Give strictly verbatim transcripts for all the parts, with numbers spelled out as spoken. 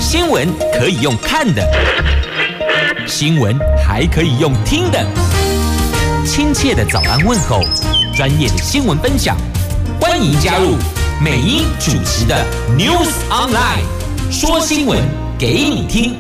新闻可以用看的，新闻还可以用听的。亲切的早安问候，专业的新闻分享，欢迎加入美英主持的 News Online， 说新闻给你听。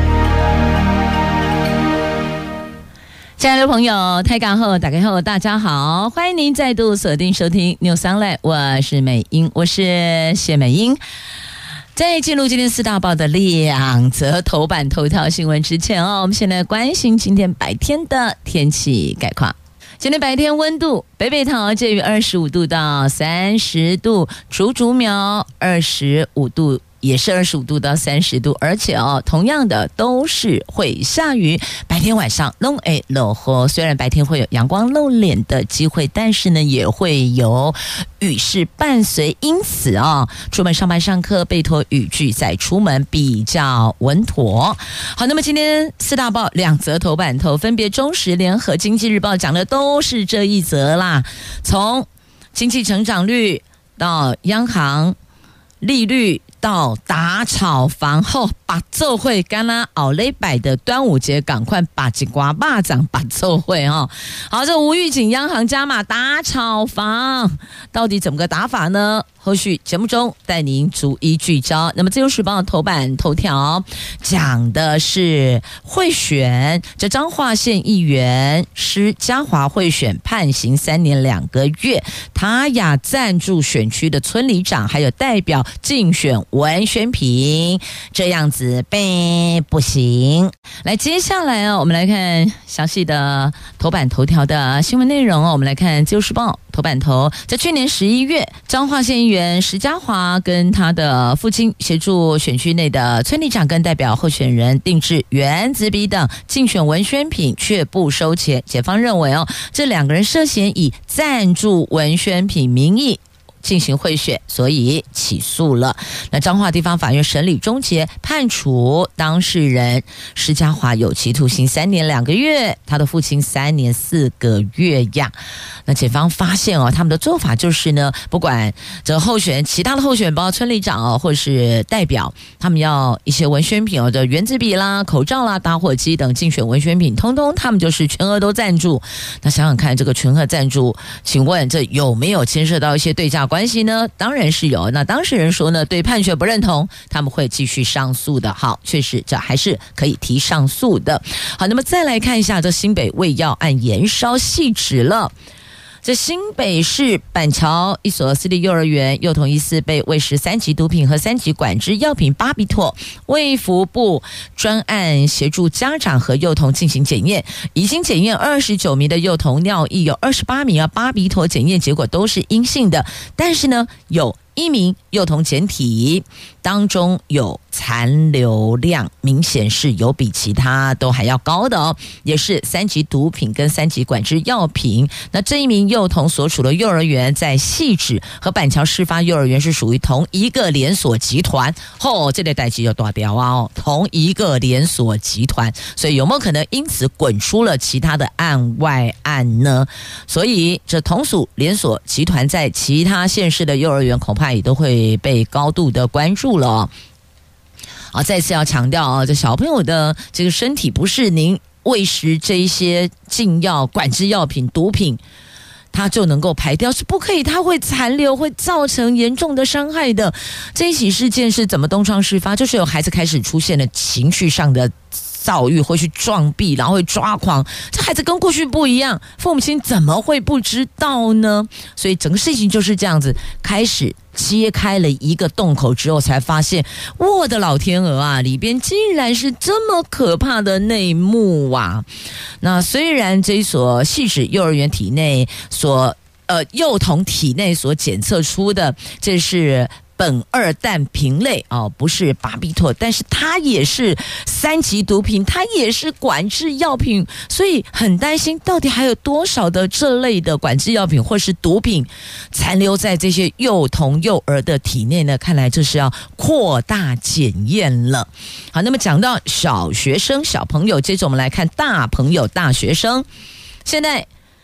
亲爱的朋友，台港后打开后，大家好，欢迎您再度锁定收听 News Online， 我是美英，我是谢美英。在进入今天四大报的两则头版头条新闻之前哦，我们先来关心今天白天的天气概况。今天白天温度，北北桃介于二十五度到三十度，竹竹苗二十五度。也是二十五度到三十度，而且哦，同样的都是会下雨，白天晚上拢会落雨。虽然白天会有阳光露脸的机会，但是呢，也会有雨势伴随，因此啊、哦，出门上班上课备妥雨具再出门比较稳妥。好，那么今天四大报两则头版头，分别中时、联合、经济日报讲的都是这一则啦，从经济成长率到央行利率。到打炒房后，把奏会干啦，奥雷百的端午节赶快把几瓜巴掌把奏会哦。好，这无预警央行加码打炒房，到底怎么个打法呢？后续节目中带您逐一聚焦。那么自由时报头版头条讲的是贿选，这彰化县议员施家华贿选判刑三年两个月，他呀赞助选区的村里长还有代表竞选文宣品，这样子呗不行。来，接下来啊，我们来看详细的头版头条的新闻内容哦。我们来看自由时报头版头，在去年十一月，彰化县议员施家华跟他的父亲协助选区内的村里长跟代表候选人定制原子笔等竞选文宣品，却不收钱。检方认为哦，这两个人涉嫌以赞助文宣品名义进行贿选，所以起诉了。那彰化地方法院审理终结，判处当事人施家华有期徒刑三年两个月，他的父亲三年四个月呀。那检方发现哦，他们的做法就是呢，不管这候选人其他的候选人，包括村里长哦，或是代表，他们要一些文宣品哦，的原子笔啦、口罩啦、打火机等竞选文宣品，通通他们就是全额都赞助。那想想看，这个全额赞助，请问这有没有牵涉到一些对价关系呢？当然是有。那当事人说呢，对判决不认同，他们会继续上诉的。好，确实这还是可以提上诉的。好，那么再来看一下这新北胃药案延烧细致了。这新北市板桥一所私立幼儿园，幼童疑似被喂食三级毒品和三级管制药品巴比妥，卫福部专案协助家长和幼童进行检验，已经检验二十九名的幼童尿液，有二十八名啊巴比妥检验结果都是阴性的，但是呢，有一名幼童检体当中有残留量，明显是有比其他都还要高的哦，也是三级毒品跟三级管制药品。那这一名幼童所处的幼儿园在汐止和板桥市发幼儿园是属于同一个连锁集团，哦，这类代志就大条啊哦，同一个连锁集团，所以有没有可能因此滚出了其他的案外案呢？所以这同属连锁集团在其他县市的幼儿园恐怕也都会被高度的关注了哦。啊，再次要强调啊，这小朋友的这个身体不是您喂食这一些禁药、管制药品、毒品，它就能够排掉，是不可以，它会残留，会造成严重的伤害的。这一起事件是怎么东窗事发？就是有孩子开始出现了情绪上的躁郁，会去撞壁，然后会抓狂，这孩子跟过去不一样，父母亲怎么会不知道呢？所以整个事情就是这样子，开始揭开了一个洞口之后，才发现我的老天鹅啊，里边竟然是这么可怕的内幕啊！那虽然这一所汐止幼儿园体内所呃幼童体内所检测出的，这是苯二氮平类哦，不是巴比妥，但是它也是三级毒品，它也是管制药品，所以很担心到底还有多少的这类的管制药品或是毒品残留在这些幼童幼儿的体内呢？看来这是要扩大检验了。好，那么讲到小学生小朋友，接着我们来看大朋友大学生。现在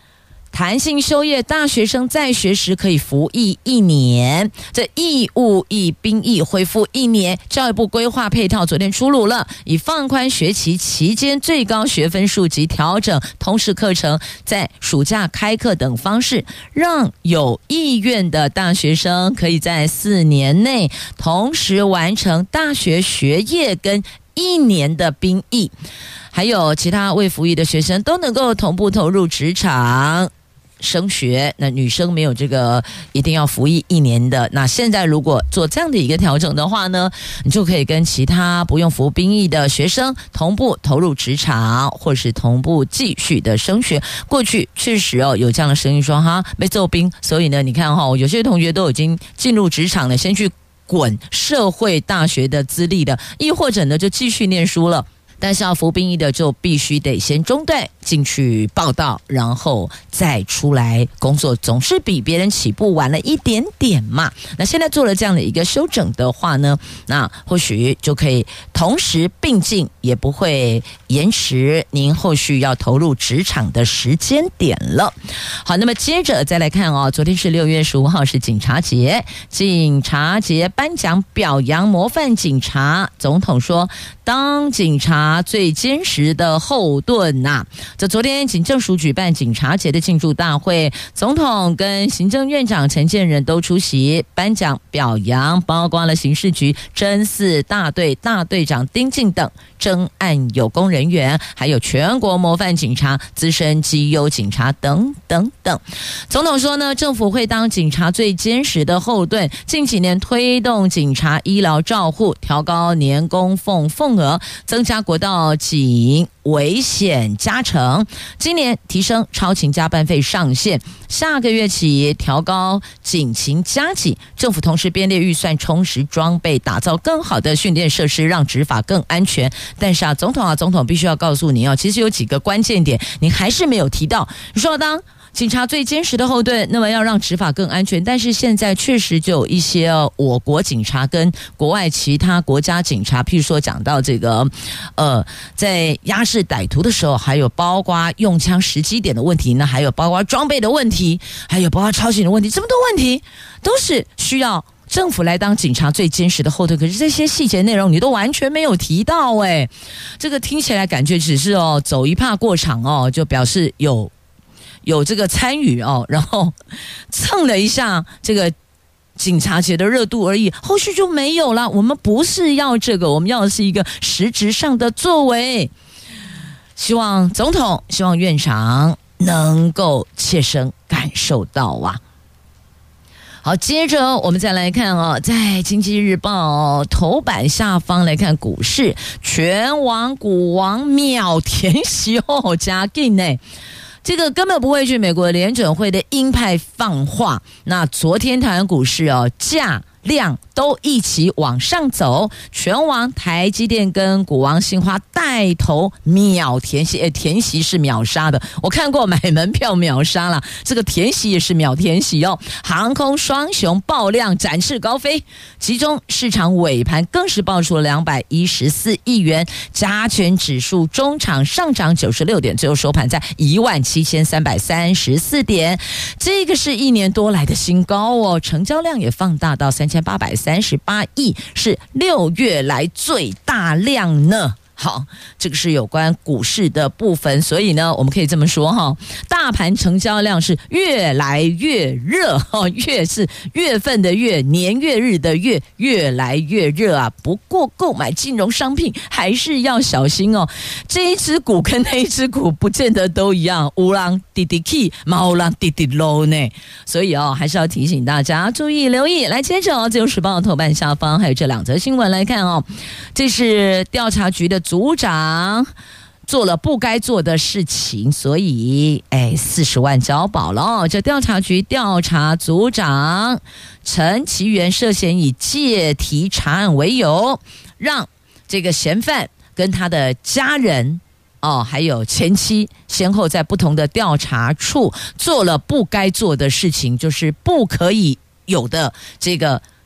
弹性休业，大学生在学时可以服役一年，这义务役兵役恢复一年。教育部规划配套昨天出炉了，以放宽学期期间最高学分数及调整通识课程，在暑假开课等方式，让有意愿的大学生可以在四年内同时完成大学学业跟一年的兵役，还有其他未服役的学生都能够同步投入职场升学。那女生没有这个一定要服役一年的，那现在如果做这样的一个调整的话呢，你就可以跟其他不用服兵役的学生同步投入职场，或是同步继续的升学。过去确实哦有这样的声音说哈被揍兵，所以呢你看哈、哦，有些同学都已经进入职场了，先去滚社会大学的资历的，亦或者呢就继续念书了。但是要服兵役的就必须得先中断进去报到，然后再出来工作，总是比别人起步晚了一点点嘛。那现在做了这样的一个修整的话呢，那或许就可以同时并进，也不会延迟您后续要投入职场的时间点了。好，那么接着再来看哦，昨天是六月十五号是警察节，警察节颁奖表扬模范警察，总统说当警察最坚实的后盾呐、啊！这昨天警政署举办警察节的庆祝大会，总统跟行政院长陈建仁都出席颁奖表扬，包括了刑事局侦四大队大队长丁进等侦案有功人员，还有全国模范警察、资深绩优警察等等等。总统说呢，政府会当警察最坚实的后盾，近几年推动警察医疗照护，调高年供俸俸额，增加国道警危险加成，今年提升超勤加班费上限，下个月起调高警勤加给，政府同时编列预算充实装备，打造更好的训练设施，让执法更安全。但是啊，总统啊，总统必须要告诉你哦，其实有几个关键点，你还是没有提到。你说当警察最坚实的后盾，那么要让执法更安全，但是现在确实就有一些、哦、我国警察跟国外其他国家警察，譬如说讲到这个呃，在压制歹徒的时候，还有包括用枪时机点的问题，那还有包括装备的问题，还有包括超警的问题，这么多问题都是需要政府来当警察最坚实的后盾，可是这些细节内容你都完全没有提到哎，这个听起来感觉只是哦走一趴过场哦，就表示有有这个参与哦，然后蹭了一下这个警察节的热度而已，后续就没有了。我们不是要这个，我们要的是一个实质上的作为。希望总统、希望院长能够切身感受到啊。好，接着我们再来看哦，在经济日报头版下方来看股市，全网股王秒填息哦，加劲呢。这个根本不会去美国联准会的鹰派放话。那昨天台湾股市哦，价量都一起往上走，全网台积电跟股王新华带头秒填息，填息是秒杀的，我看过买门票秒杀啦，这个填息也是秒填息哦。航空双雄爆量展翅高飞，其中市场尾盘更是爆出了两百一十四亿元，加权指数中场上涨九十六点，最后收盘在一万七千三百三十四点，这个是一年多来的新高哦，成交量也放大到三千八百三十八亿，是六月来最大量呢。好，这个是有关股市的部分，所以呢，我们可以这么说哈，大盘成交量是越来越热哈，月是月份的月，年月日的月，越来越热啊。不过购买金融商品还是要小心哦，这一只股跟那一只股不见得都一样，有人滴滴起，有人滴滴落呢，所以哦，还是要提醒大家注意留意。来，接着哦，自由时报头版下方还有这两则新闻来看哦，这是调查局的组长做了不该做的事情，所以哎，四十万交保了哦。这调查局调查组长陈其元涉嫌以借题查案为由，让这个嫌犯跟他的家人哦，还有前妻先后在不同的调查处做了不该做的事情，就是不可以有的这个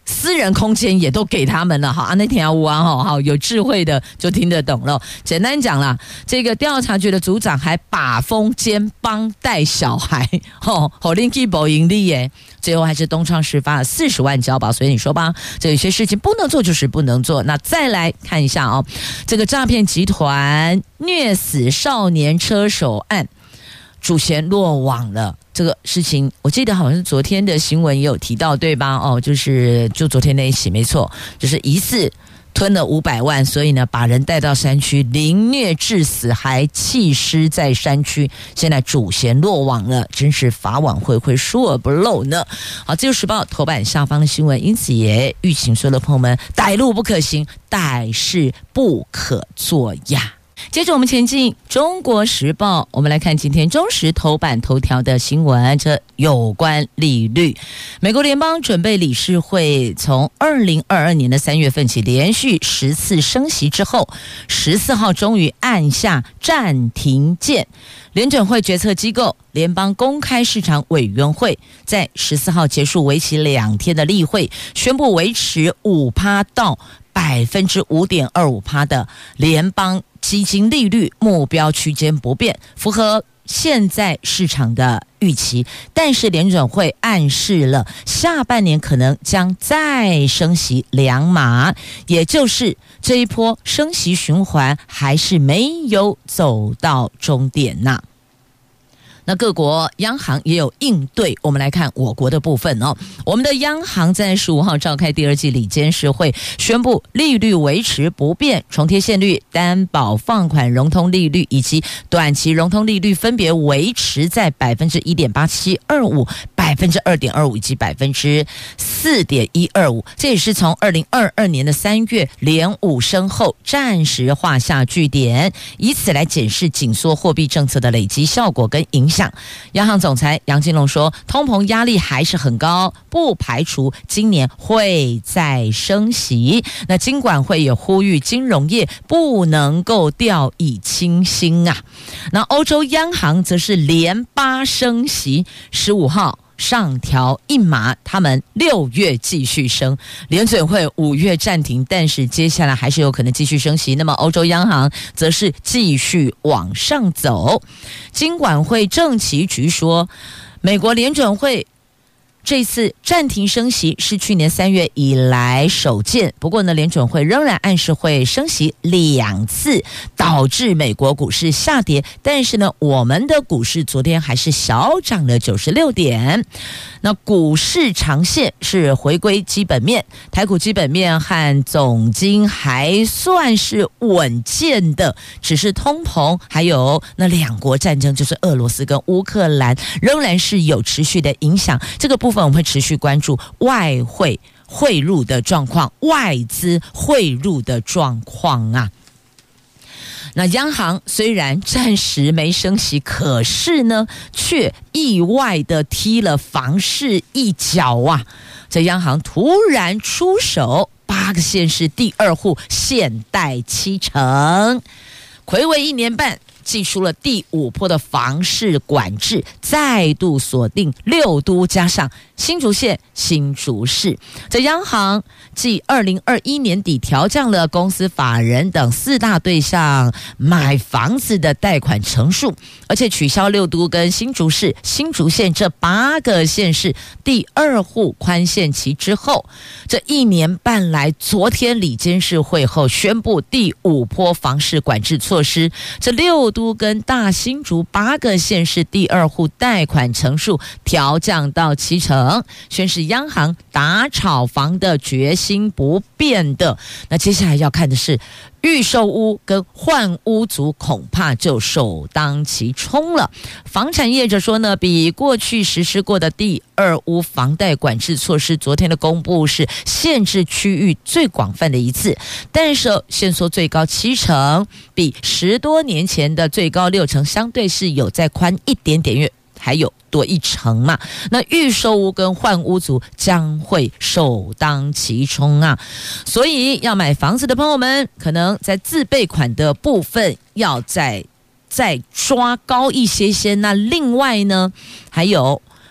私人空间也都给他们了，好，那天啊，好好有智慧的就听得懂了。简单讲啦，这个调查局的组长还把风兼帮带小孩，哦，好令去保盈利耶。最后还是东窗事发了四十万交保，所以你说吧，这有些事情不能做就是不能做。那再来看一下哦，这个诈骗集团虐死少年车手案，主嫌落网了。这个事情我记得好像是昨天的新闻也有提到，对吧？哦，就是就昨天那一起，没错，就是疑似吞了五百万，所以呢把人带到山区凌虐致死，还弃尸在山区。现在主嫌落网了，真是法网恢恢，疏而不漏呢。好，自由时报头版下方的新闻，因此也预请所有的朋友们，歹路不可行，歹事不可做呀。接着我们前进中国时报，我们来看今天中时头版头条的新闻，这有关利率。美国联邦准备理事会从二零二二年的三月份起连续十次升息之后，十四号终于按下暂停键。联准会决策机构联邦公开市场委员会在十四号结束为期两天的例会，宣布维持 百分之五 到百分之五点二五 的联邦基金利率目标区间不变，符合现在市场的预期。但是联准会暗示了下半年可能将再升息两码，也就是这一波升息循环还是没有走到终点呐。那各国央行也有应对，我们来看我国的部分哦。我们的央行在十五号召开第二季理监事会，宣布利率维持不变，重贴现率、担保放款融通利率以及短期融通利率分别维持在百分之一点八七二五、百分之二点二五以及百分之四点一二五。这也是从二零二二年的三月连五升后暂时画下句点，以此来检视紧缩货币政策的累积效果跟影响。央行总裁杨金龙说，通膨压力还是很高，不排除今年会再升息。那金管会也呼吁金融业不能够掉以轻心啊。那欧洲央行则是连八升息，十五号上调一码，他们六月继续升，联准会五月暂停，但是接下来还是有可能继续升息。那么欧洲央行则是继续往上走。金管会政企局说，美国联准会这次暂停升息是去年三月以来首见，不过呢，联准会仍然暗示会升息两次，导致美国股市下跌。但是呢，我们的股市昨天还是小涨了九十六点。那股市长线是回归基本面，台股基本面和总经还算是稳健的，只是通膨还有那两国战争，就是俄罗斯跟乌克兰，仍然是有持续的影响。这个部分我们会持续关注外汇汇入的状况，外资汇入的状况啊。那央行虽然暂时没升息，可是呢，却意外的踢了房市一脚啊！这央行突然出手，八个县市第二户限贷七成，睽违一年半，祭出了第五波的房市管制，再度锁定六都加上新竹县、新竹市。这央行继二零二一年底调降了公司法人等四大对象买房子的贷款成数，而且取消六都跟新竹市、新竹县这八个县市第二户宽限期之后，这一年半来，昨天理监事会后宣布第五波房市管制措施，这六都跟大新竹八个县市第二户贷款成数调降到七成，宣示央行打炒房的决心不变的。那接下来要看的是预售屋跟换屋族，恐怕就首当其冲了。房产业者说呢，比过去实施过的第二屋房贷管制措施，昨天的公布是限制区域最广泛的一次，但是限缩最高七成，比十多年前的最高六成相对是有再宽一点点，因为还有多一成嘛。那预售屋跟换屋族将会首当其冲啊，所以要买房子的朋友们，可能在自备款的部分要再再抓高一些些。那另外呢，还有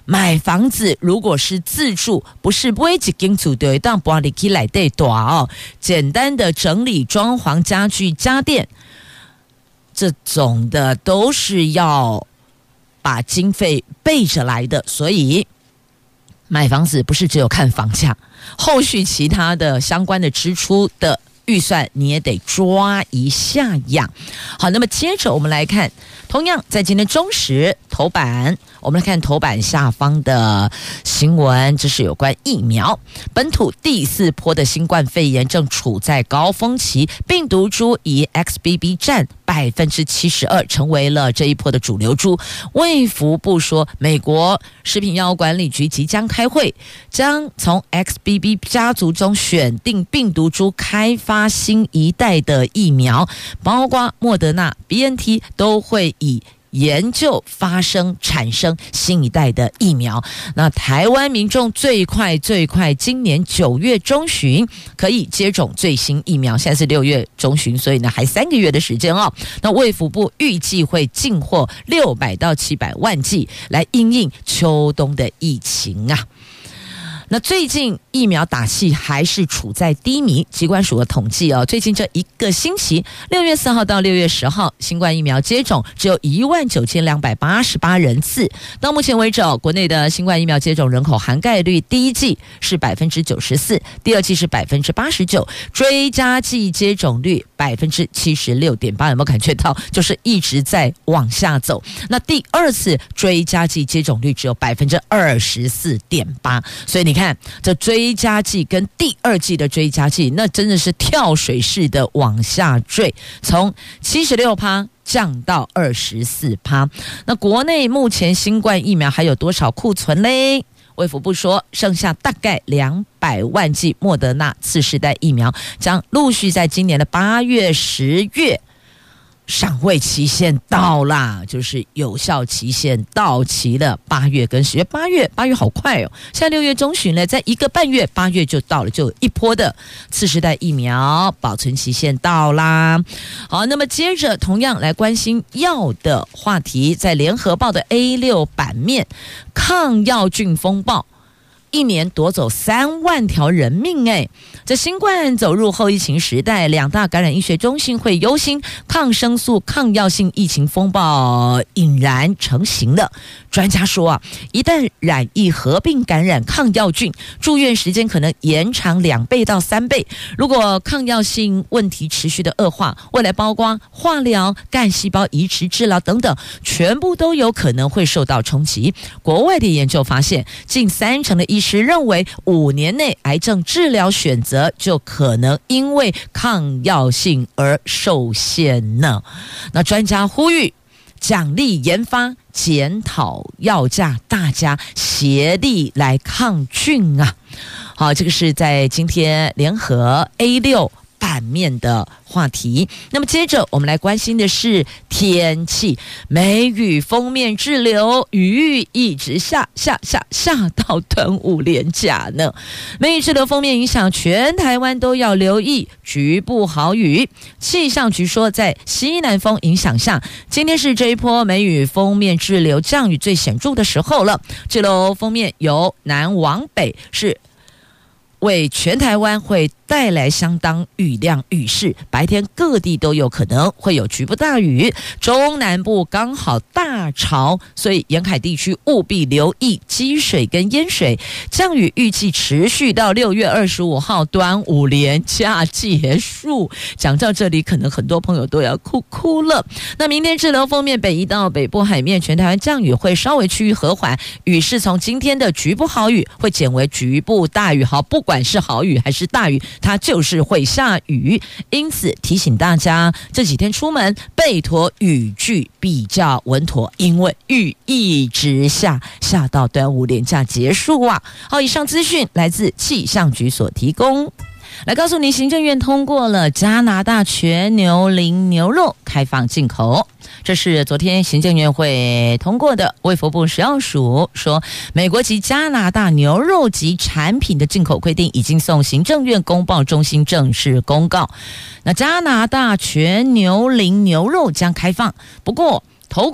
买房子如果是自住，不是买一间厝就会当搬入去内底住哦，简单的整理装潢家具家电，这种的都是要把经费备着来的，所以买房子不是只有看房价，后续其他的相关的支出的预算你也得抓一下呀。好，那么接着我们来看，同样在今天中时头版，我们来看头版下方的新闻，这是有关疫苗。本土第四波的新冠肺炎正处在高峰期，病毒株以 X B B 占百分之七十二，成为了这一波的主流株。卫福部说，美国食品药物管理局即将开会，将从 X B B 家族中选定病毒株，开发新一代的疫苗，包括莫德纳、B N T 都会以研究发生产生新一代的疫苗。那台湾民众最快最快今年九月中旬可以接种最新疫苗，现在是六月中旬，所以呢还三个月的时间哦。那卫福部预计会进货六百到七百万剂来因应秋冬的疫情啊。那最近疫苗打气还是处在低迷，疾管署的统计哦，最近这一个星期，六月四号到六月十号，新冠疫苗接种只有一万九千两百八十八人次。到目前为止，国内的新冠疫苗接种人口涵盖率，第一剂是百分之九十四，第二剂是百分之八十九，追加剂接种率百分之七十六点八，有没有感觉到？就是一直在往下走。那第二次追加剂接种率只有百分之二十四点八，所以你看。看这追加剂跟第二剂的追加剂，那真的是跳水式的往下坠，从 百分之七十六 降到 百分之二十四。 那国内目前新冠疫苗还有多少库存嘞？卫福部说，剩下大概两百万剂莫德纳次世代疫苗将陆续在今年的八月、十月赏味期限到啦，就是有效期限到期了。八月跟十月，八月八月好快哦，现在六月中旬了，在一个半月，八月就到了，就有一波的次世代疫苗保存期限到啦。好，那么接着同样来关心药的话题，在联合报的 A 六 版面，抗药菌风暴。一年夺走三万条人命哎！在新冠走入后疫情时代，两大感染医学中心会忧心抗生素抗药性疫情风暴引然成型了。专家说啊，一旦染疫合并感染抗药菌，住院时间可能延长两倍到三倍。如果抗药性问题持续的恶化，未来包括化疗、干细胞移植治疗等等，全部都有可能会受到冲击。国外的研究发现，近三成的医是认为五年内癌症治疗选择就可能因为抗药性而受限呢。那专家呼吁奖励研发、检讨药价，大家协力来抗菌啊！好，这个是在今天联合 A 六版面的话题。那么接着我们来关心的是天气，梅雨锋面滞留，雨一直下下下下到端午连假呢。梅雨滞留锋面影响全台湾都要留意局部豪雨。气象局说，在西南风影响下，今天是这一波梅雨锋面滞留降雨最显著的时候了。滞留锋面由南往北，是为全台湾会带来相当雨量雨势，白天各地都有可能会有局部大雨，中南部刚好大潮，所以沿海地区务必留意积水跟淹水。降雨预计持续到六月二十五号端午连假结束。讲到这里，可能很多朋友都要哭哭了。那明天滞留锋面北移到北部海面，全台湾降雨会稍微趋于和缓，雨势从今天的局部豪雨会减为局部大雨。好，不管是豪雨还是大雨，它就是会下雨，因此提醒大家这几天出门备妥雨具比较稳妥，因为雨一直下下到端午连假结束啊。好，以上资讯来自气象局所提供。来告诉你，行政院通过了加拿大全牛羚牛肉开放进口，这是昨天行政院会通过的。卫福部食药署说，美国及加拿大牛肉及产品的进口规定已经送行政院公报中心正式公告。那加拿大全牛羚牛肉将开放，不过头骨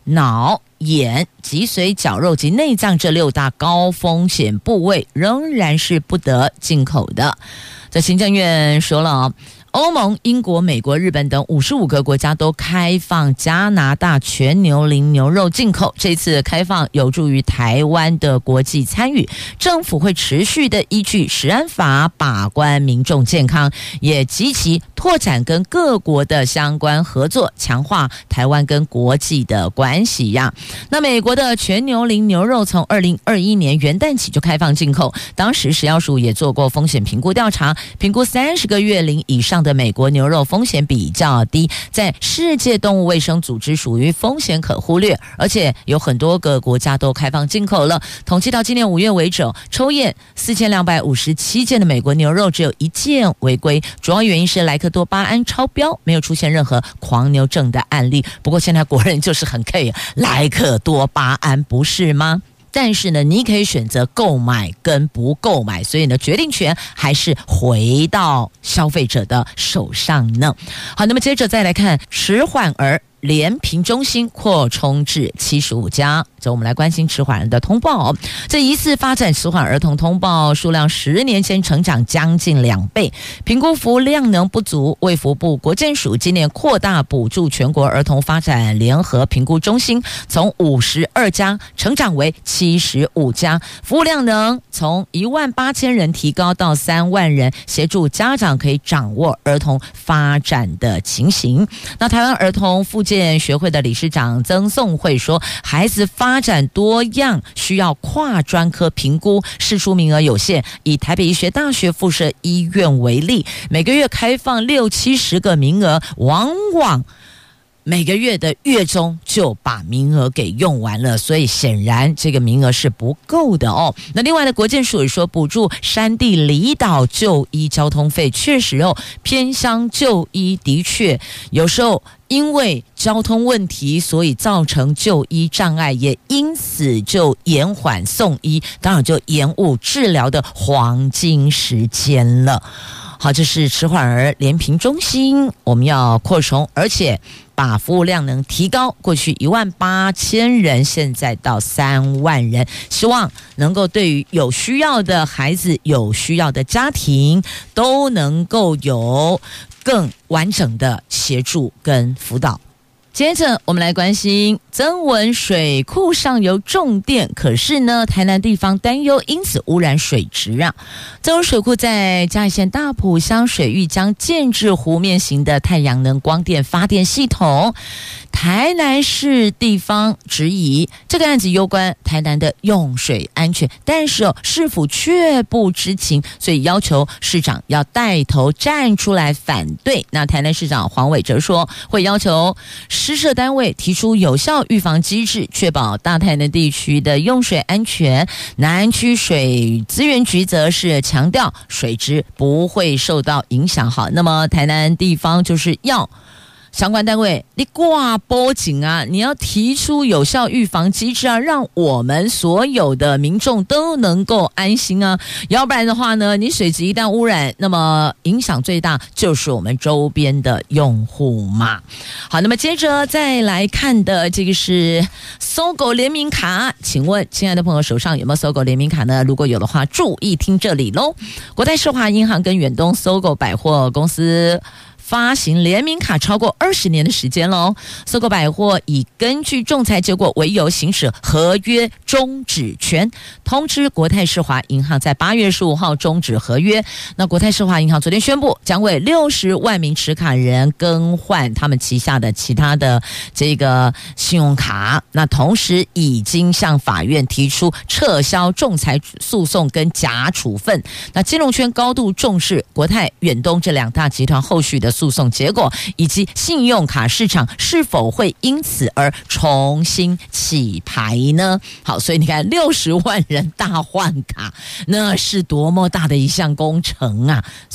脑、眼、脊髓、绞肉及内脏这六大高风险部位仍然是不得进口的。这行政院说了，欧盟、英国、美国、日本等五十五个国家都开放加拿大全牛羚牛肉进口。这次开放有助于台湾的国际参与，政府会持续的依据食安法把关民众健康，也积极拓展跟各国的相关合作，强化台湾跟国际的关系呀。那美国的全牛羚牛肉从二零二一年元旦起就开放进口，当时食药署也做过风险评估调查，评估三十个月龄以上的美国牛肉风险比较低，在世界动物卫生组织属于风险可忽略，而且有很多个国家都开放进口了。统计到今年五月为止，抽验四千两百五十七件的美国牛肉，只有一件违规，主要原因是莱克多巴胺超标，没有出现任何狂牛症的案例。不过现在国人就是很 care 莱克多巴胺，不是吗？但是呢，你可以选择购买跟不购买，所以呢，决定权还是回到消费者的手上呢。好，那么接着再来看迟缓儿联评中心扩充至七十五家。这我们来关心迟缓儿的通报、哦、这一次发展迟缓儿童通报数量十年前成长将近两倍，评估服务量能不足，卫福部国健署今年扩大补助全国儿童发展联合评估中心，从五十二家成长为七十五家，服务量能从一万八千人提高到三万人，协助家长可以掌握儿童发展的情形。那台湾儿童复健学会的理事长曾颂慧说，孩子发展多样，需要跨专科评估，释出名额有限。以台北医学大学附设医院为例，每个月开放六七十个名额，往往每个月的月中就把名额给用完了，所以显然这个名额是不够的哦。那另外呢，国健署也说，补助山地离岛就医交通费，确实哦，偏乡就医的确有时候因为交通问题，所以造成就医障碍，也因此就延缓送医，当然就延误治疗的黄金时间了。好，这是迟缓儿联评中心，我们要扩充，而且把服务量能提高，过去一万八千人，现在到三万人，希望能够对于有需要的孩子、有需要的家庭，都能够有更完整的协助跟辅导。接着我们来关心曾文水库上游重电，可是呢，台南地方担忧因此污染水质啊。曾文水库在嘉义县大埔乡水域将建置湖面型的太阳能光电发电系统。台南市地方质疑这个案子攸关台南的用水安全，但是哦，市府却不知情，所以要求市长要带头站出来反对。那台南市长黄伟哲说，会要求施设单位提出有效预防机制，确保大台南地区的用水安全。南区水资源局则是强调水质不会受到影响。好，那么台南地方就是要相关单位你挂报警啊，你要提出有效预防机制啊，让我们所有的民众都能够安心啊，要不然的话呢，你水质一旦污染，那么影响最大就是我们周边的用户嘛。好，那么接着再来看的这个是搜狗联名卡，请问亲爱的朋友手上有没有搜狗联名卡呢？如果有的话，注意听这里咯。国泰世华银行跟远东搜狗百货公司发行联名卡超过二十年的时间喽。搜狗百货以根据仲裁结果为由行使合约终止权，通知国泰世华银行在八月十五号终止合约。那国泰世华银行昨天宣布，将为六十万名持卡人更换他们旗下的其他的这个信用卡。那同时已经向法院提出撤销仲裁诉讼跟假处分。那金融圈高度重视国泰、远东这两大集团后续的诉讼结果，以及信用卡市场是否会因此而重新起牌呢？好，所以你看六十万人大换卡，那是多么大的一项工程啊！所以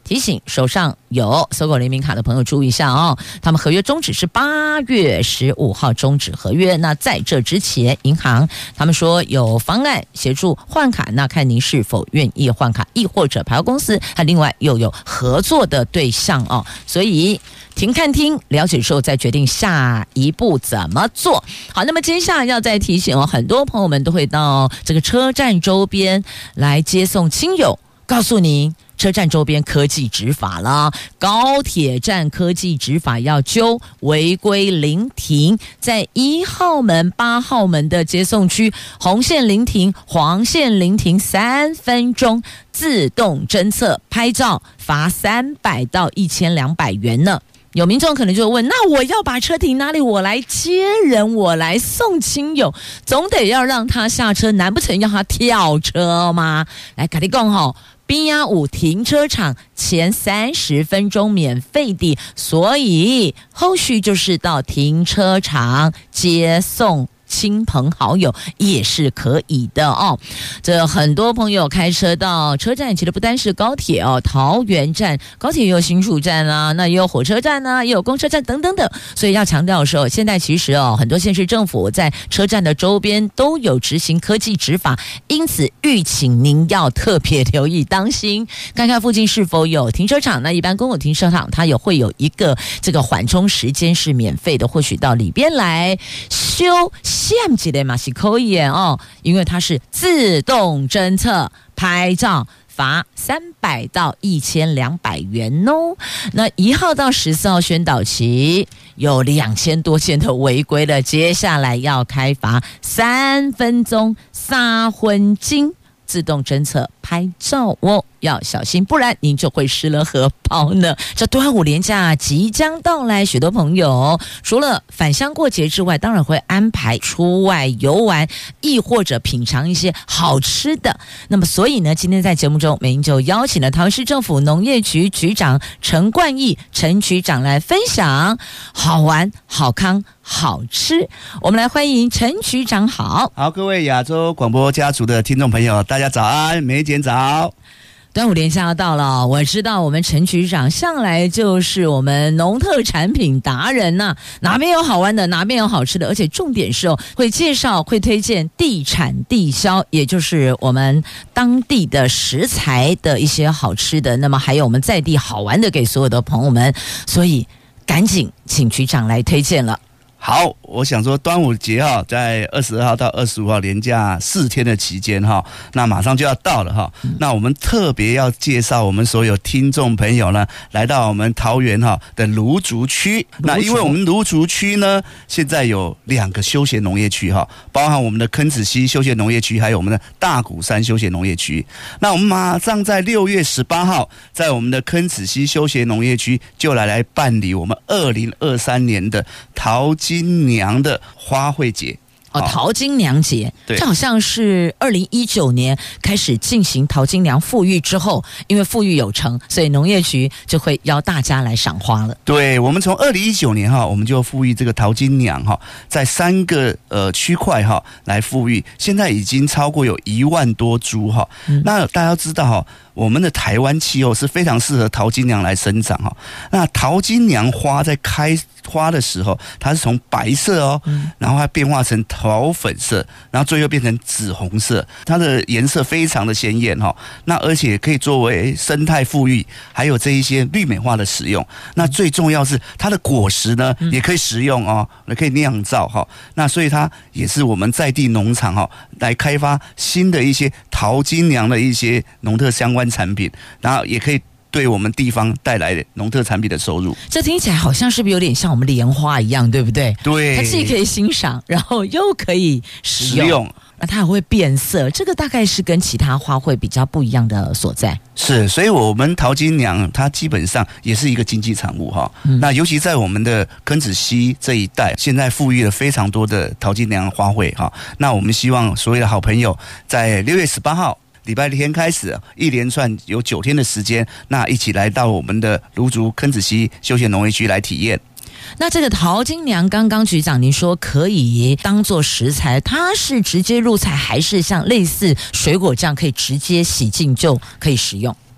提醒手上有搜狗联名卡的朋友注意一下哦，他们合约终止是八月十五号终止合约。那在这之前，银行他们说有方案协助换卡，那看您是否愿意换卡，亦或者牌照公司它另外又有合作的对象哦，所以停看听了解之后再决定下一步怎么做。好，那么接下来要再提醒哦，很多朋友们都会到这个车站周边来接送亲友，告诉您车站周边科技执法了，高铁站科技执法要揪违规临停，在一号门、八号门的接送区，红线临停、黄线临停三分钟，自动侦测拍照，罚三百到一千两百元呢。有民众可能就问，那我要把车停哪里？我来接人，我来送亲友，总得要让他下车，难不成要他跳车吗？来，跟你讲吼，边仔有停车场前三十分钟免费的，所以后续就是到停车场接送亲朋好友也是可以的哦。这很多朋友开车到车站，其实不单是高铁哦，桃园站高铁也有新竹站啊，那也有火车站啊，也有公车站等等等。所以要强调的时候，现在其实哦，很多县市政府在车站的周边都有执行科技执法，因此预请您要特别留意，当心看看附近是否有停车场。那一般公共停车场它也会有一个这个缓冲时间是免费的，或许到里边来修限制的嘛是可以的哦，因为它是自动侦测拍照，罚三百到一千两百元哦。那一号到十四号宣导期有两千多件的违规了，接下来要开罚三分钟三分钟自动侦测拍照哦，要小心，不然您就会失了荷包呢。这端午连假即将到来，许多朋友除了返乡过节之外，当然会安排出外游玩，亦或者品尝一些好吃的。那么所以呢，今天在节目中，美英就邀请了桃园市政府农业局局长陈冠义陈局长来分享好玩、好康、好吃。我们来欢迎陈局长好。 好，各位亚洲广播家族的听众朋友，大家早安，美姐早。 端午连假要到了，我知道我们陈局长向来就是我们农特产品达人呐、啊，哪边有好玩的，哪边有好吃的，而且重点是哦，会介绍、会推荐地产地销，也就是我们当地的食材的一些好吃的，那么还有我们在地好玩的给所有的朋友们，所以赶紧请局长来推荐了。 好，我想说端午节哈，在二十二号到二十五号连假四天的期间哈，那马上就要到了哈。嗯、那我们特别要介绍我们所有听众朋友呢，来到我们桃园哈的芦竹区。那因为我们芦竹区呢，现在有两个休闲农业区哈，包含我们的坑子溪休闲农业区，还有我们的大鼓山休闲农业区。那我们马上在六月十八号，在我们的坑子溪休闲农业区就来来办理我们二零二三年的桃金金娘的花卉节哦，桃金娘节， 对， 这好像是二零一九年开始进行桃金娘富裕之后，因为富裕有成，所以农业局就会邀大家来赏花了。 对，我们从二零一九年哈，我们就富裕这个桃金娘哈，在三个呃区块哈来富裕，现在已经超过有一万多株哈。嗯、那大家要知道哈，我们的台湾气候是非常适合桃金娘来生长哈。那桃金娘花在开花的时候，它是从白色哦，嗯、然后它变化成桃粉色，然后最后变成紫红色，它的颜色非常的鲜艳哈。那而且可以作为生态富裕，还有这一些绿美化的使用。那最重要是它的果实呢，嗯、也可以食用哦，可以酿造哈。那所以它也是我们在地农场哈来开发新的一些桃金娘的一些农特相关产品，然后也可以对我们地方带来农特产品的收入。 这听起来好像是不是有点像我们莲花一样，对不对？ 对， 它既可以欣赏，然后又可以食用，食用那它还会变色，这个大概是跟其他花卉比较不一样的所在。 是，所以我们桃金娘它基本上也是一个经济产物哈。嗯、那尤其在我们的坑子溪这一带，现在富裕了非常多的桃金娘花卉哈。那我们希望所有的好朋友在六月十八号。礼拜天开始，一连串有九天的时间，那一起来到我们的芦竹坑子溪休闲农业区来体验。 那这个桃金娘，刚刚局长您说可以当做食材，它是直接入菜，还是像类似水果这样可以直接洗净就可以食用？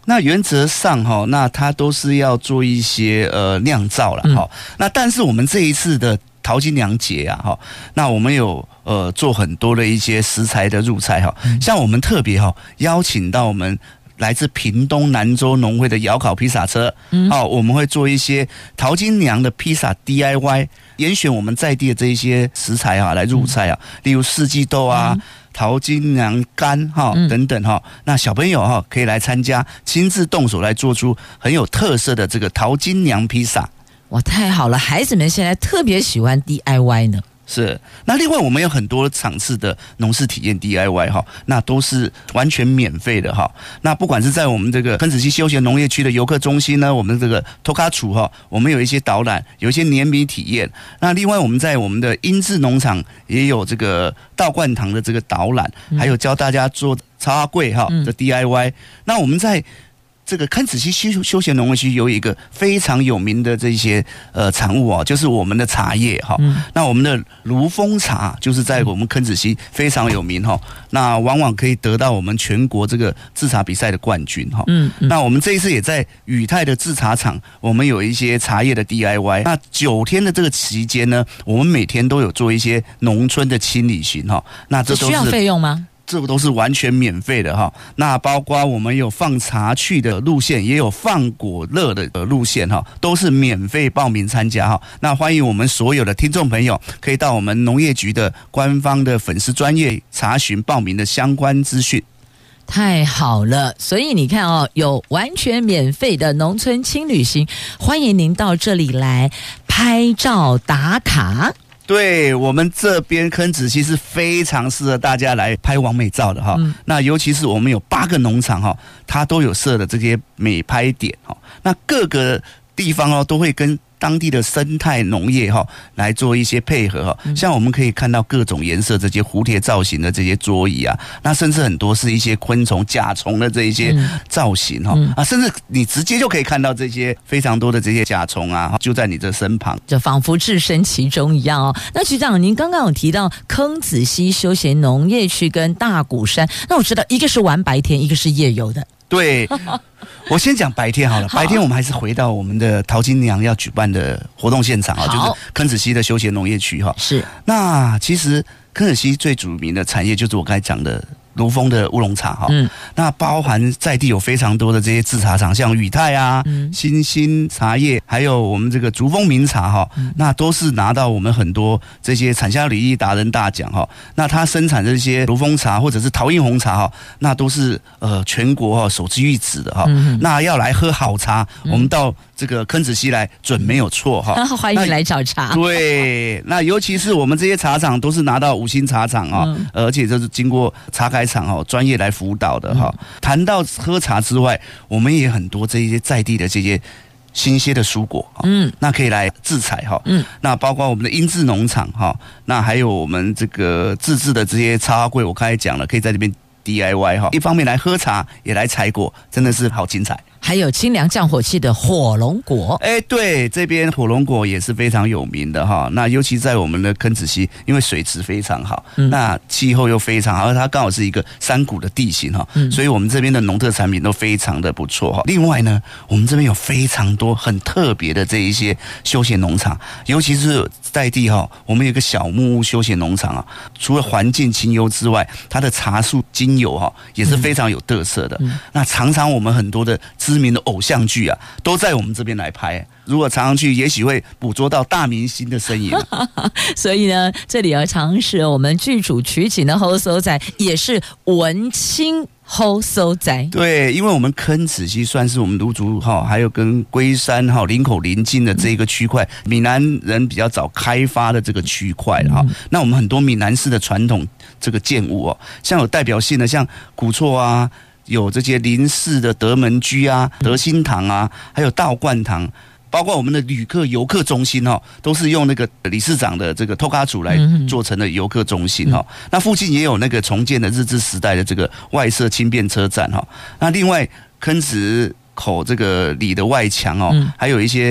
那原则上哈，那它都是要做一些呃酿造了哈、嗯。那但是我们这一次的淘金娘节啊哈，那我们有呃做很多的一些食材的入菜哈，像我们特别哈邀请到我们来自屏东南州农会的窑烤披萨车，嗯，好，我们会做一些淘金娘的披萨 D I Y， 严选我们在地的这一些食材啊来入菜啊，例如四季豆啊。嗯，淘金娘干哈等等哈，那小朋友哈可以来参加，亲自动手来做出很有特色的这个淘金娘披萨。 哇，太好了！孩子们现在特别喜欢 D I Y 呢。 是，那另外我们有很多场次的农事体验 D I Y 哈，那都是完全免费的哈。那不管是在我们这个坑子溪休闲农业区的游客中心呢，我们这个托卡楚哈，我们有一些导览，有一些碾米体验。那另外我们在我们的英治农场也有这个稻灌堂的这个导览，还有教大家做茶花粿哈的 D I Y。那我们在这个坑子溪休休闲农业区有一个非常有名的这些呃产物哦，就是我们的茶叶哈、嗯。那我们的如风茶就是在我们坑子溪非常有名哈。那往往可以得到我们全国这个制茶比赛的冠军哈。嗯, 嗯。那我们这一次也在宇泰的制茶厂，我们有一些茶叶的 D I Y。那九天的这个期间呢，我们每天都有做一些农村的轻旅行哈。那这都是需要费用吗？ 这个都是完全免费的哈，那包括我们有放茶趣的路线，也有放果乐的路线哈，都是免费报名参加哈。那欢迎我们所有的听众朋友可以到我们农业局的官方的粉丝专页查询报名的相关资讯。 太好了，所以你看哦，有完全免费的农村轻旅行，欢迎您到这里来拍照打卡。 对，我们这边坑子溪是非常适合大家来拍完美照的哈、嗯。那尤其是我们有八个农场哈，它都有设的这些美拍点哈。那各个地方哦都会跟当地的生态农业哈来做一些配合哈，像我们可以看到各种颜色这些蝴蝶造型的这些桌椅啊，那甚至很多是一些昆虫、甲虫的这一些造型哈、嗯、啊，甚至你直接就可以看到这些非常多的这些甲虫啊，就在你这身旁， 就仿佛置身其中一样哦。那局长，您刚刚有提到坑子溪休闲农业区跟大鼓山，那我知道一个是玩白天，一个是夜游的。 对，我先讲白天好了。好，白天我们还是回到我们的淘金娘要举办的活动现场啊，就是坑子溪的休闲农业区哈。是，那其实坑子溪最著名的产业就是我刚才讲的如风的乌龙茶哈，嗯，那包含在地有非常多的这些制茶厂，像宇泰啊、嗯、新兴茶叶，还有我们这个竹峰名茶哈、嗯，那都是拿到我们很多这些产销履历达人大奖哈。那它生产这些如风茶或者是桃印红茶哈，那都是呃全国哈首屈一指的哈、嗯。那要来喝好茶，嗯、我们到这个坑子溪来准没有错哈。 欢迎来找茶。 对，那尤其是我们这些茶厂都是拿到五星茶厂啊、嗯，而且这是经过茶开厂哦，专业来辅导的哈。谈到喝茶之外，我们也很多这些在地的这些新鲜的蔬果，嗯，那可以来制采哈，嗯，那包括我们的英治农场哈，那还有我们这个自制的这些茶花粿，我刚才讲了，可以在这边 D I Y 哈，一方面来喝茶，也来采果，真的是好精彩。 还有清凉降火气的火龙果， 哎，对，这边火龙果也是非常有名的哈。那尤其在我们的坑子溪，因为水质非常好，嗯、那气候又非常好，它刚好是一个山谷的地形哈、嗯，所以我们这边的农特产品都非常的不错哈。另外呢，我们这边有非常多很特别的这一些休闲农场，尤其是在地哈，我们有一个小木屋休闲农场啊，除了环境清幽之外，它的茶树精油哈也是非常有特色的。嗯嗯、那常常我们很多的知名的偶像剧啊，都在我们这边来拍。如果常常去，也许会捕捉到大明星的身影。 所以呢，这里要尝试我们剧组取景的后所在，也是文青后所在。 对，因为我们坑子溪算是我们芦竹哈，还有跟龟山哈林口邻近的这个区块，嗯、闽南人比较早开发的这个区块哈、嗯。那我们很多闽南式的传统这个建物哦，像有代表性的，像古厝啊。有这些林氏的德门居啊、德兴堂啊，还有道观堂，包括我们的旅客游客中心哦，都是用那个理事长的这个托卡组来做成的游客中心哦。嗯、那附近也有那个重建的日治时代的这个外设轻便车站哈。那另外坑子口这个里的外墙哦，嗯、还有一些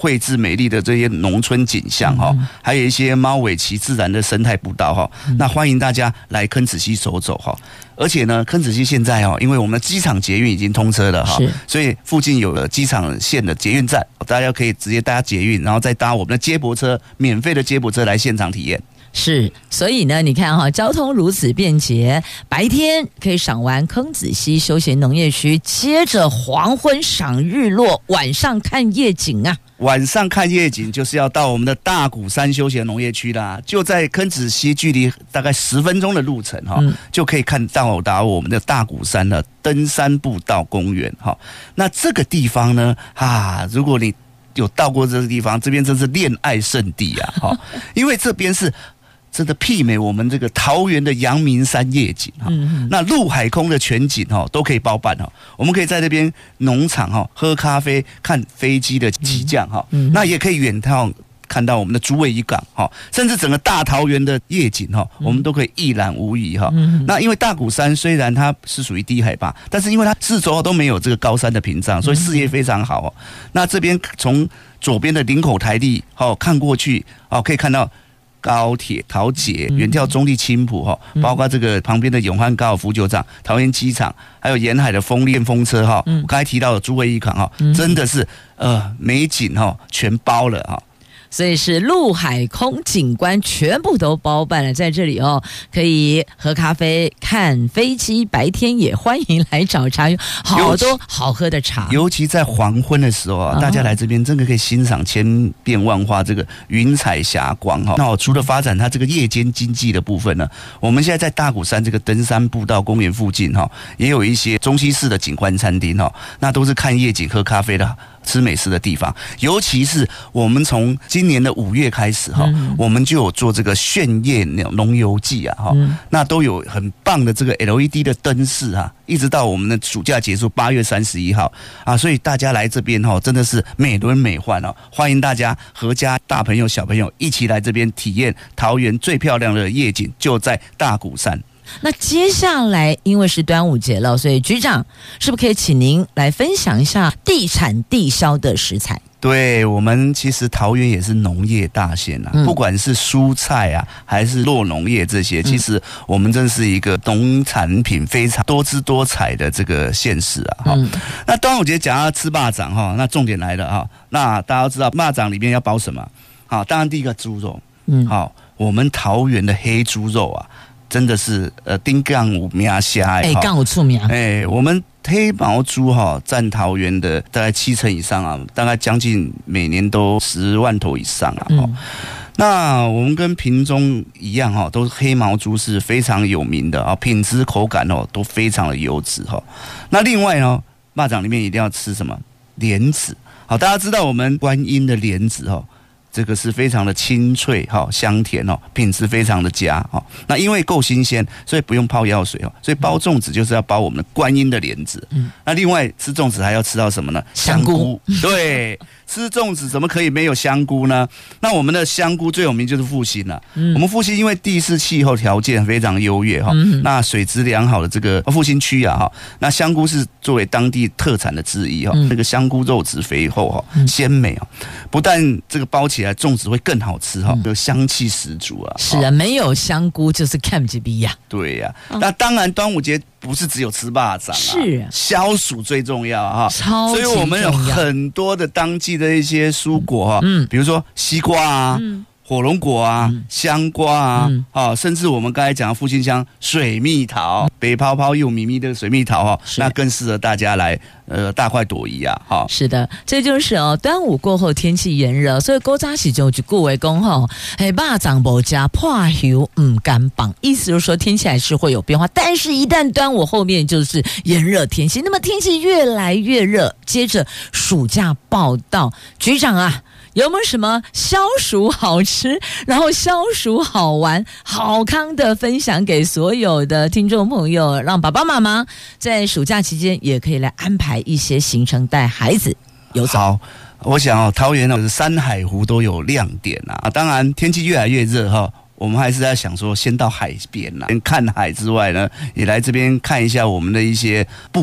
绘制美丽的这些农村景象哈，嗯、还有一些猫尾鳍自然的生态步道哈。嗯、那欢迎大家来坑子溪走走哈。而且呢，坑子溪现在哦，因为我们的机场捷运已经通车了哈，所以附近有了机场线的捷运站，大家可以直接搭捷运，然后再搭我们的接驳车，免费的接驳车来现场体验。 是，所以呢，你看哈，交通如此便捷，白天可以赏完坑子溪休闲农业区，接着黄昏赏日落，晚上看夜景啊。 晚上看夜景就是要到我们的大鼓山休闲农业区啦，就在坑子溪，距离大概十分钟的路程哈，嗯、就可以看到达我们的大鼓山的登山步道公园哈。那这个地方呢，啊，如果你有到过这个地方，这边真是恋爱圣地啊哈，因为这边是。真的媲美我们这个桃园的阳明山夜景哈，嗯、那陆海空的全景哈都可以包办哈。我们可以在这边农场哈喝咖啡、看飞机的起降哈，嗯、那也可以远眺看到我们的竹围渔港哈，甚至整个大桃园的夜景哈，我们都可以一览无遗哈。嗯、那因为大鼓山虽然它是属于低海拔，但是因为它四周都没有这个高山的屏障，所以视野非常好。那这边从左边的林口台地哦看过去哦，可以看到。高铁、桃捷、远眺中立青埔哈，包括这个旁边的永汉高尔夫球场、桃园机场，还有沿海的风电风车哈，我刚才提到的竹围渔港哈，真的是呃美景哈全包了哈。 所以是陆海空景观全部都包办了，在这里哦，可以喝咖啡、看飞机，白天也欢迎来找茶，有好多好喝的茶。 尤其在黄昏的时候啊，哦、大家来这边真的可以欣赏千变万化这个云彩霞光哈。那我除了发展它这个夜间经济的部分呢，我们现在在大鼓山这个登山步道公园附近哈，也有一些中西式的景观餐厅哈，那都是看夜景、喝咖啡的。吃美食的地方，尤其是我们从今年的五月开始哈，嗯、我们就有做这个炫夜农游季啊哈，嗯、那都有很棒的这个 L E D 的灯饰啊，一直到我们的暑假结束八月三十一号啊，所以大家来这边哈，真的是美轮美奂哦，欢迎大家合家大朋友小朋友一起来这边体验桃园最漂亮的夜景，就在大鼓山。 那接下来因为是端午节了，所以局长是不是可以请您来分享一下地产地销的食材？ 对，我们其实桃园也是农业大县啊，嗯、不管是蔬菜啊，还是酪农业这些，嗯、其实我们真是一个农产品非常多姿多彩的这个县市啊。嗯、那端午节讲要吃肉粽哈，那重点来了哈，那大家都知道肉粽里面要包什么？好，当然第一个猪肉，嗯，好，我们桃园的黑猪肉啊。真的是呃，丁杠五名虾哎， 杠五出名哎，我们黑毛猪哈占桃园的大概七成以上啊，大概将近每年都十万头以上啊。嗯、那我们跟屏中一样哈，都是黑毛猪是非常有名的啊，品质口感哦都非常的优质哈。那另外呢，肉粽里面一定要吃什么莲子？好，大家知道我们观音的莲子哈。这个是非常的清脆哈，香甜哦，品质非常的佳哈。那因为够新鲜，所以不用泡药水哦。所以包粽子就是要包我们的观音的莲子。嗯，那另外吃粽子还要吃到什么呢？ 香菇。 对，吃粽子怎么可以没有香菇呢？那我们的香菇最有名就是复兴了。嗯，我们复兴因为地势气候条件非常优越哈，嗯、那水质良好的这个复兴区啊哈，那香菇是作为当地特产的之一哈。嗯、这个香菇肉质肥厚哈，鲜美啊，不但这个包起粽子会更好吃哈，有香气十足啊！ 是啊，没有香菇就是看不比呀。 对呀、啊，那当然端午节不是只有吃肉粽啊， 是消暑最重要哈， 超级重要。 所以我们有很多的当季的一些蔬果哈，嗯，比如说西瓜啊。嗯火龙果啊，嗯、香瓜啊，嗯哦，甚至我们刚才讲的复兴乡水蜜桃，嗯、北泡泡又咪咪的水蜜桃哈，那更适合大家来呃大快朵颐啊，哈。 是的，这就是哦，端午过后天气炎热，所以古早时就就顾为公吼，哎，肉粽无加破油唔干绑，意思就是说天气还是会有变化，但是一旦端午后面就是炎热天气，那么天气越来越热，接着暑假报到，局长啊。有没有什么消暑好吃，然后消暑好玩、好康的分享给所有的听众朋友，让爸爸妈妈在暑假期间也可以来安排一些行程，带孩子游走。 好，我想哦，桃园的山海湖都有亮点啊。当然，天气越来越热哈。我们还是在想说，先到海边啦，看海之外呢，也来这边看一下我们的一些步道。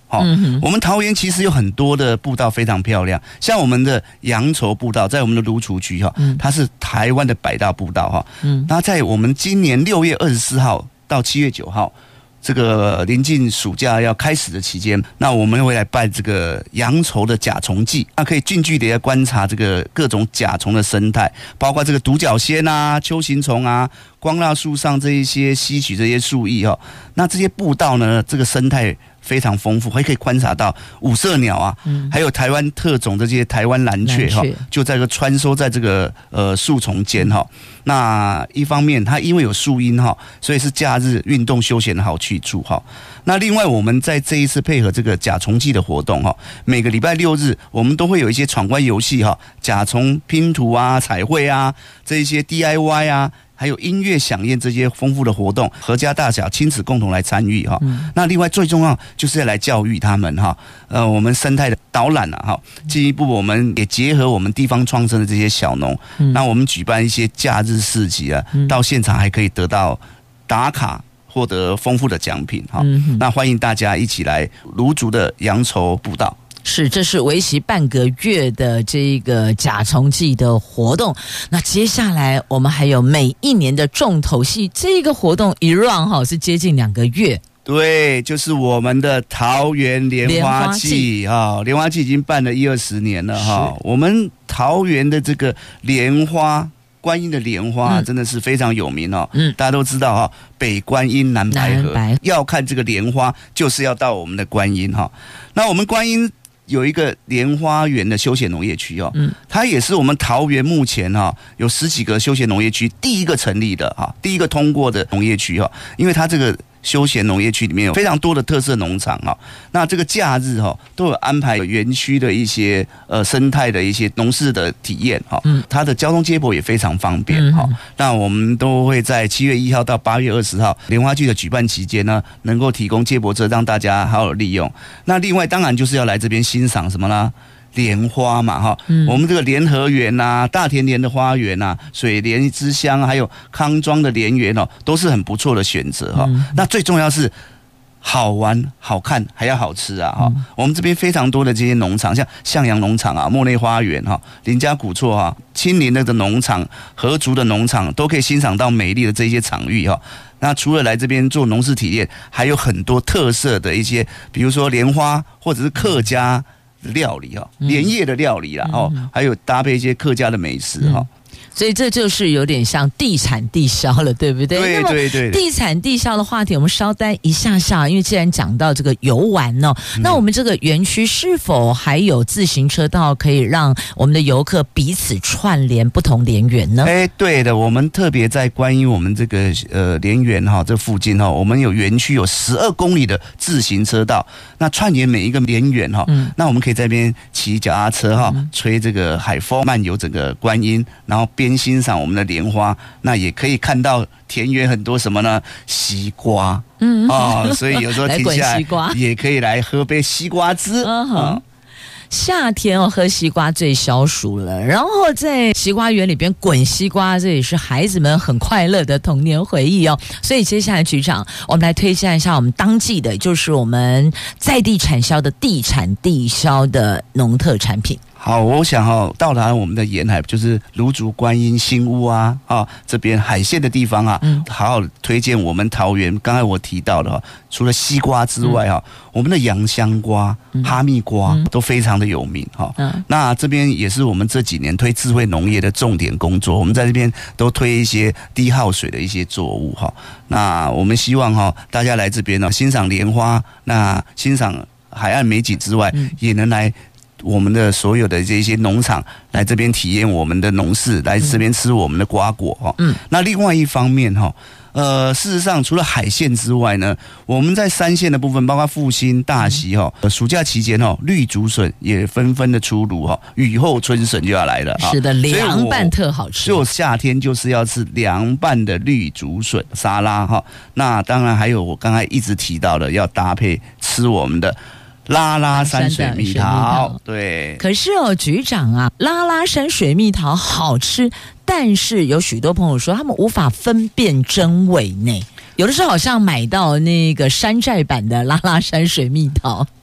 哦，嗯、我们桃园其实有很多的步道非常漂亮，像我们的阳畴步道，在我们的芦竹区哈，它是台湾的百大步道哈。嗯，那在我们今年六月二十四号到七月九号。这个临近暑假要开始的期间，那我们会来办这个阳畴的甲虫季，那可以近距离的观察这个各种甲虫的生态，包括这个独角仙啊、秋行虫啊、光蜡树上这一些吸取这些树液哦。那这些步道呢，这个生态非常丰富，还可以观察到五色鸟啊，嗯、还有台湾特种的这些台湾蓝雀哈，就在这个穿梭在这个呃树丛间哈。那一方面，它因为有树荫哈，所以是假日运动休闲的好去处哈。那另外，我们在这一次配合这个甲虫季的活动哈，每个礼拜六日我们都会有一些闯关游戏哈，甲虫拼图啊、彩绘啊，这一些 D I Y 啊。还有音乐响宴这些丰富的活动，阖家大小亲子共同来参与哈。嗯、那另外最重要就是要来教育他们哈，呃，我们生态的导览啊哈。进一步我们也结合我们地方创生的这些小农，嗯、那我们举办一些假日市集啊，嗯、到现场还可以得到打卡，获得丰富的奖品哈。嗯、那欢迎大家一起来芦竹的阳畴步道。 是，这是为期半个月的这个甲虫季的活动。那接下来我们还有每一年的重头戏，这个活动一 run 哈是接近两个月。 对，就是我们的桃园莲花季哈，莲花季已经办了一二十年了哈。我们桃园的这个莲花。观音的莲花真的是非常有名哦，嗯，大家都知道哈，北观音南白河，要看这个莲花就是要到我们的观音哈。那我们观音有一个莲花园的休闲农业区哦，嗯，它也是我们桃园目前哈有十几个休闲农业区第一个成立的哈，第一个通过的农业区哈，因为它这个。休闲农业区里面有非常多的特色农场哈，那这个假日哈都有安排园区的一些呃生态的一些农事的体验哈，嗯，它的交通接驳也非常方便哈。嗯、那我们都会在七月一号到八月二十号莲花季的举办期间呢，能够提供接驳车让大家好好利用。那另外当然就是要来这边欣赏什么呢？莲花嘛哈，嗯、我们这个莲河园呐、啊、大田莲的花园呐、啊、水莲之乡，还有康庄的莲园哦，都是很不错的选择哈。嗯、那最重要是好玩、好看，还要好吃啊哈。嗯、我们这边非常多的这些农场，像向阳农场啊、莫内花园哈、林家古厝啊、青林的农场、河竹的农场，都可以欣赏到美丽的这些场域哈。那除了来这边做农事体验，还有很多特色的一些，比如说莲花或者是客家。料理哈，莲叶的料理啦，哦，还有搭配一些客家的美食哈。嗯所以这就是有点像地产地销了，对不对？ 对对对。 地产地销的话题，我们稍待一下下，因为既然讲到这个游玩呢、哦，嗯、那我们这个园区是否还有自行车道可以让我们的游客彼此串联不同莲园呢？ 哎，对的，我们特别在关于我们这个呃莲园哈这附近哈，我们有园区有十二公里的自行车道，那串联每一个莲园哈，嗯、那我们可以在那边骑脚踏车哈，嗯、吹这个海风，漫游整个观音，然后边欣赏我们的莲花，那也可以看到田园很多什么呢？西瓜，嗯哦，所以有时候停下来也可以来喝杯西瓜汁。嗯哼， 夏天哦，喝西瓜最消暑了。然后在西瓜园里边滚西瓜，这也是孩子们很快乐的童年回忆哦。所以接下来局长，我们来推荐一下我们当季的，就是我们在地产销的地产地销的农特产品。 好，我想哈、哦，到达我们的沿海，就是芦竹、观音、新屋啊，啊这边海线的地方啊，嗯、好好推荐我们桃园。刚才我提到的哈，除了西瓜之外哈，嗯、我们的洋香瓜、嗯、哈密瓜、嗯、都非常的有名哈。嗯、那这边也是我们这几年推智慧农业的重点工作，我们在这边都推一些低耗水的一些作物哈。那我们希望哈，大家来这边呢，欣赏莲花，那欣赏海岸美景之外，嗯、也能来。我们的所有的这些农场来这边体验我们的农事，来这边吃我们的瓜果哈。嗯，那另外一方面哈，呃，事实上除了海线之外呢，我们在山线的部分，包括复兴、大溪哈，暑假期间哈，绿竹笋也纷纷的出炉哈，雨后春笋就要来了哈。 是的，凉拌特好吃。 就夏天就是要吃凉拌的绿竹笋沙拉哈。那当然还有我刚才一直提到的，要搭配吃我们的。拉拉山水蜜桃，对。 可是哦，局长啊，拉拉山水蜜桃好吃，但是有许多朋友说他们无法分辨真伪呢。有的时候好像买到那个山寨版的拉拉山水蜜桃。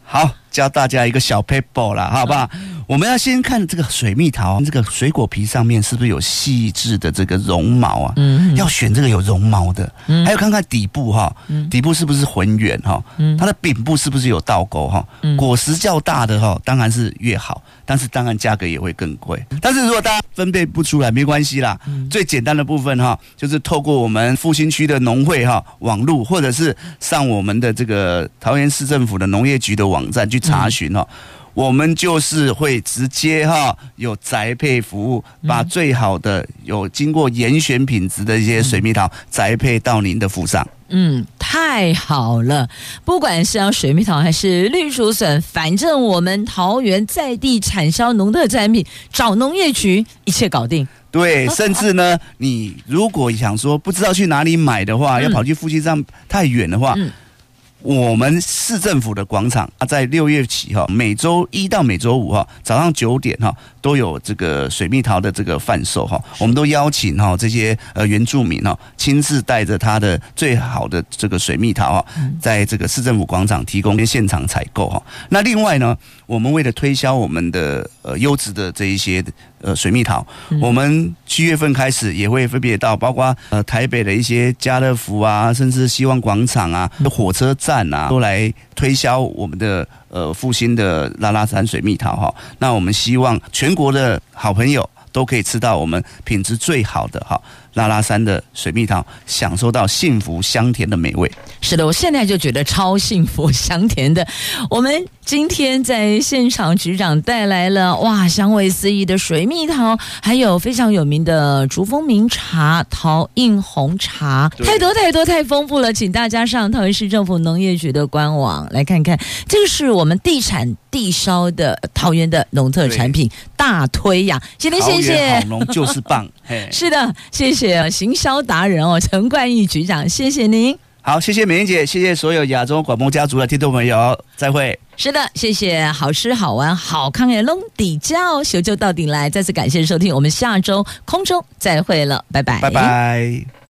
好，教大家一个小 paper 啦，好不好？我们要先看这个水蜜桃，这个水果皮上面是不是有细致的这个绒毛啊？嗯，要选这个有绒毛的。嗯，还有看看底部哈，嗯、底部是不是浑圆哈？嗯，它的柄部是不是有倒钩哈？嗯，果实较大的哈，当然是越好，但是当然价格也会更贵。但是如果大家分辨不出来，没关系啦。嗯、最简单的部分哈，就是透过我们复兴区的农会哈网路，或者是上我们的这个桃园市政府的农业局的网站去查询哈。嗯，我们就是会直接哈有宅配服务，把最好的有经过严选品质的一些水蜜桃宅配到您的府上。 嗯，太好了！不管是要水蜜桃还是绿竹笋，反正我们桃园在地产销农特产品，找农业局一切搞定。 对，甚至呢，你如果想说不知道去哪里买的话，嗯、要跑去夫妻站太远的话。嗯，我们市政府的广场啊，在六月起哈，每周一到每周五哈，早上九点哈，都有这个水蜜桃的这个贩售哈。我们都邀请哈这些呃原住民哈，亲自带着他的最好的这个水蜜桃哈，在这个市政府广场提供现场采购哈。那另外呢，我们为了推销我们的呃优质的这一些呃水蜜桃，嗯、我们七月份开始也会分别到包括呃台北的一些家乐福啊，甚至希望广场啊、火车站啊，都来推销我们的呃复兴的拉拉山水蜜桃哈。那我们希望全国的好朋友都可以吃到我们品质最好的哈拉拉山的水蜜桃，享受到幸福香甜的美味。 是的，我现在就觉得超幸福香甜的。我们今天在现场，局长带来了哇香味四溢的水蜜桃，还有非常有名的竹风茗茶、桃印红茶，太多太多太丰富了。请大家上桃园市政府农业局的官网来看看，这个是我们地产地烧的桃园的农特产品大推呀！今天谢谢， 桃园好农就是棒。 是的，谢谢行销达人哦，陈冠毅局长，谢谢您。 好，谢谢美玲姐，谢谢所有亚洲广播家族的听众朋友，再会。 是的，谢谢好吃好玩好康的龙底教修就到顶来，再次感谢收听，我们下周空中再会了，拜拜， 拜拜。